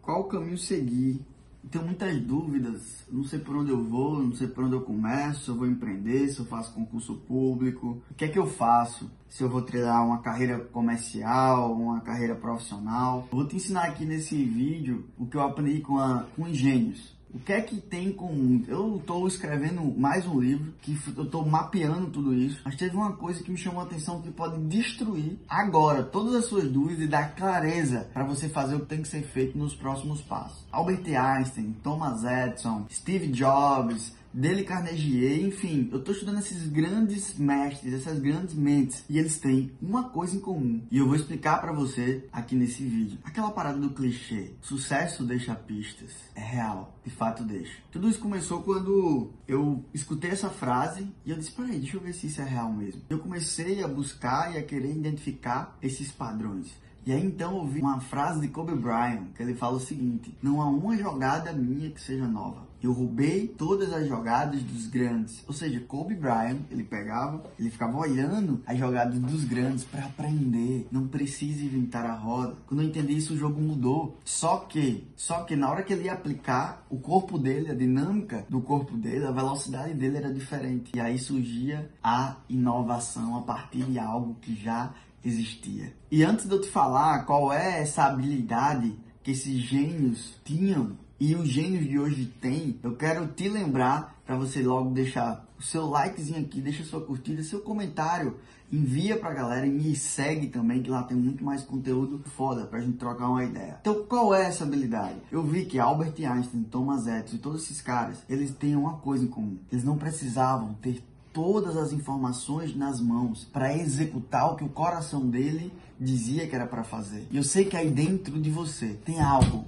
qual caminho seguir. Tenho muitas dúvidas, não sei por onde eu vou, não sei por onde eu começo, se eu vou empreender, se eu faço concurso público, o que é que eu faço, se eu vou trilhar uma carreira comercial, uma carreira profissional. Eu vou te ensinar aqui nesse vídeo o que eu aprendi com engenhos. O que é que tem em comum? Eu estou escrevendo mais um livro, que eu estou mapeando tudo isso, mas teve uma coisa que me chamou a atenção que pode destruir agora todas as suas dúvidas e dar clareza para você fazer o que tem que ser feito nos próximos passos. Albert Einstein, Thomas Edison, Steve Jobs, Dale Carnegie, enfim, eu estou estudando esses grandes mestres, essas grandes mentes, e eles têm uma coisa em comum. E eu vou explicar para você aqui nesse vídeo. Aquela parada do clichê, sucesso deixa pistas, é real, de fato deixa. Tudo isso começou quando eu escutei essa frase e eu disse, peraí, deixa eu ver se isso é real mesmo. Eu comecei a buscar e a querer identificar esses padrões. E aí então eu ouvi uma frase de Kobe Bryant, que ele fala o seguinte: não há uma jogada minha que seja nova. Eu roubei todas as jogadas dos grandes. Ou seja, Kobe Bryant, ele ficava olhando as jogadas dos grandes para aprender. Não precisa inventar a roda. Quando eu entendi isso, o jogo mudou. Só que na hora que ele ia aplicar, o corpo dele, a dinâmica do corpo dele, a velocidade dele era diferente. E aí surgia a inovação a partir de algo que já existia. E antes de eu te falar qual é essa habilidade que esses gênios tinham e os gênios de hoje têm, eu quero te lembrar para você logo deixar o seu likezinho aqui, deixa sua curtida, seu comentário, envia pra galera e me segue também, que lá tem muito mais conteúdo foda pra gente trocar uma ideia. Então, qual é essa habilidade? Eu vi que Albert Einstein, Thomas Edison e todos esses caras, eles têm uma coisa em comum. Eles não precisavam ter todas as informações nas mãos para executar o que o coração dele dizia que era para fazer. E eu sei que aí dentro de você tem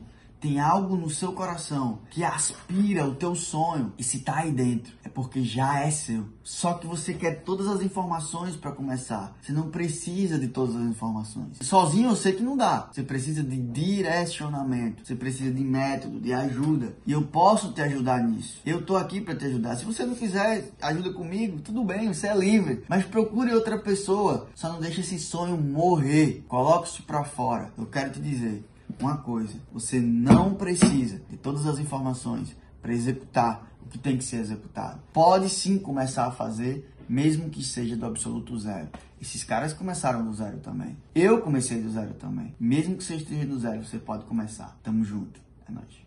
algo no seu coração que aspira o teu sonho. E se tá aí dentro, é porque já é seu. Só que você quer todas as informações para começar. Você não precisa de todas as informações. Sozinho eu sei que não dá. Você precisa de direcionamento. Você precisa de método, de ajuda. E eu posso te ajudar nisso. Eu tô aqui para te ajudar. Se você não quiser ajuda comigo, tudo bem, você é livre. Mas procure outra pessoa. Só não deixe esse sonho morrer. Coloque isso para fora. Eu quero te dizer uma coisa: você não precisa de todas as informações para executar o que tem que ser executado. Pode sim começar a fazer, mesmo que seja do absoluto zero. Esses caras começaram do zero também. Eu comecei do zero também. Mesmo que você esteja do zero, você pode começar. Tamo junto. É nóis.